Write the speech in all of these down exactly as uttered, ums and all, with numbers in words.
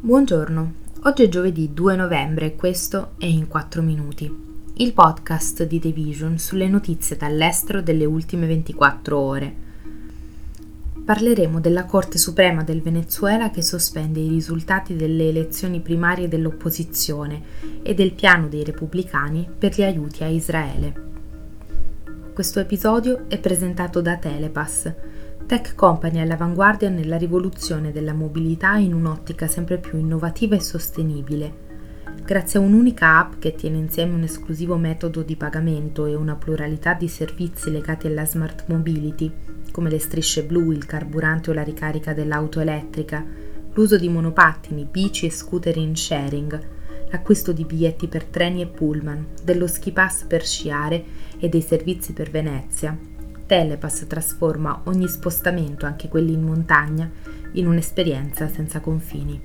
Buongiorno, oggi è giovedì due novembre e questo è In quattro minuti, il podcast di The Vision sulle notizie dall'estero delle ultime ventiquattro ore. Parleremo della Corte Suprema del Venezuela che sospende i risultati delle elezioni primarie dell'opposizione e del piano dei repubblicani per gli aiuti a Israele. Questo episodio è presentato da Telepass, tech company all'avanguardia nella rivoluzione della mobilità in un'ottica sempre più innovativa e sostenibile. Grazie a un'unica app che tiene insieme un esclusivo metodo di pagamento e una pluralità di servizi legati alla smart mobility, come le strisce blu, il carburante o la ricarica dell'auto elettrica, l'uso di monopattini, bici e scooter in sharing, l'acquisto di biglietti per treni e pullman, dello ski pass per sciare e dei servizi per Venezia, Telepass trasforma ogni spostamento, anche quelli in montagna, in un'esperienza senza confini.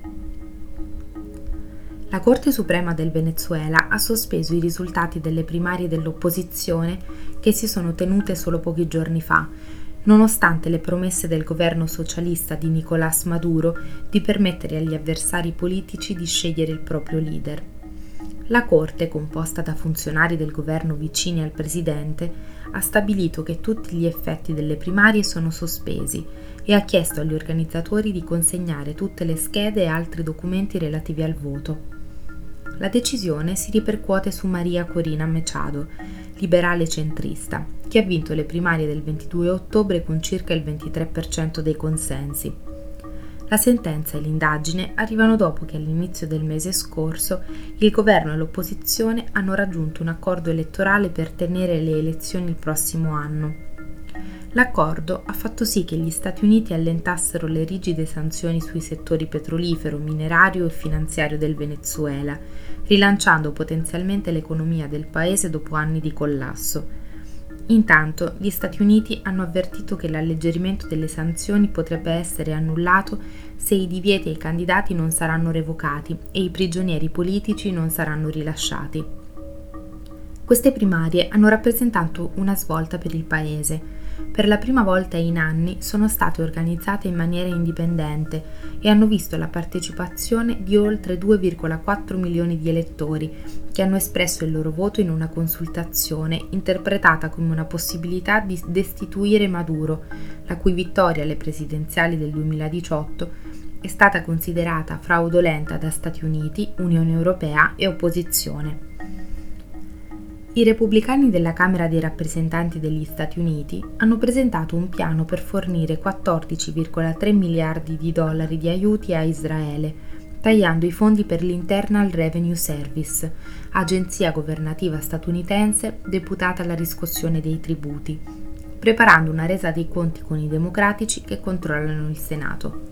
La Corte Suprema del Venezuela ha sospeso i risultati delle primarie dell'opposizione che si sono tenute solo pochi giorni fa, nonostante le promesse del governo socialista di Nicolás Maduro di permettere agli avversari politici di scegliere il proprio leader. La Corte, composta da funzionari del governo vicini al presidente, ha stabilito che tutti gli effetti delle primarie sono sospesi e ha chiesto agli organizzatori di consegnare tutte le schede e altri documenti relativi al voto. La decisione si ripercuote su María Corina Machado, liberale centrista, che ha vinto le primarie del ventidue ottobre con circa il ventitré per cento dei consensi. La sentenza e l'indagine arrivano dopo che all'inizio del mese scorso il governo e l'opposizione hanno raggiunto un accordo elettorale per tenere le elezioni il prossimo anno. L'accordo ha fatto sì che gli Stati Uniti allentassero le rigide sanzioni sui settori petrolifero, minerario e finanziario del Venezuela, rilanciando potenzialmente l'economia del paese dopo anni di collasso. Intanto, gli Stati Uniti hanno avvertito che l'alleggerimento delle sanzioni potrebbe essere annullato se i divieti ai candidati non saranno revocati e i prigionieri politici non saranno rilasciati. Queste primarie hanno rappresentato una svolta per il paese. Per la prima volta in anni sono state organizzate in maniera indipendente e hanno visto la partecipazione di oltre due virgola quattro milioni di elettori che hanno espresso il loro voto in una consultazione interpretata come una possibilità di destituire Maduro, la cui vittoria alle presidenziali del duemiladiciotto è stata considerata fraudolenta da Stati Uniti, Unione Europea e opposizione. I repubblicani della Camera dei rappresentanti degli Stati Uniti hanno presentato un piano per fornire quattordici virgola tre miliardi di dollari di aiuti a Israele, tagliando i fondi per l'Internal Revenue Service, agenzia governativa statunitense deputata alla riscossione dei tributi, preparando una resa dei conti con i democratici che controllano il Senato.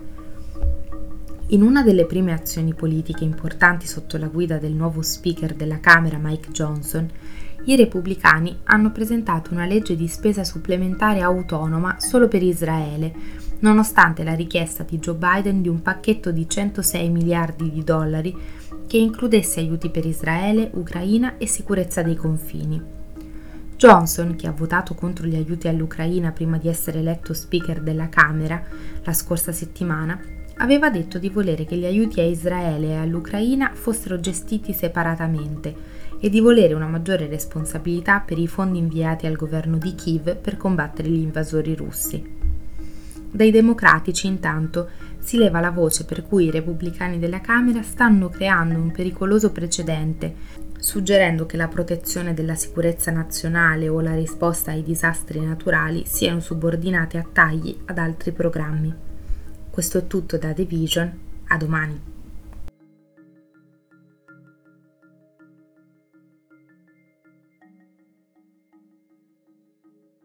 In una delle prime azioni politiche importanti sotto la guida del nuovo speaker della Camera Mike Johnson, i repubblicani hanno presentato una legge di spesa supplementare autonoma solo per Israele, nonostante la richiesta di Joe Biden di un pacchetto di centosei miliardi di dollari che includesse aiuti per Israele, Ucraina e sicurezza dei confini. Johnson, che ha votato contro gli aiuti all'Ucraina prima di essere eletto speaker della Camera la scorsa settimana, aveva detto di volere che gli aiuti a Israele e all'Ucraina fossero gestiti separatamente e di volere una maggiore responsabilità per i fondi inviati al governo di Kiev per combattere gli invasori russi. Dai democratici, intanto, si leva la voce per cui i repubblicani della Camera stanno creando un pericoloso precedente, suggerendo che la protezione della sicurezza nazionale o la risposta ai disastri naturali siano subordinate a tagli ad altri programmi. Questo è tutto da The Vision, a domani.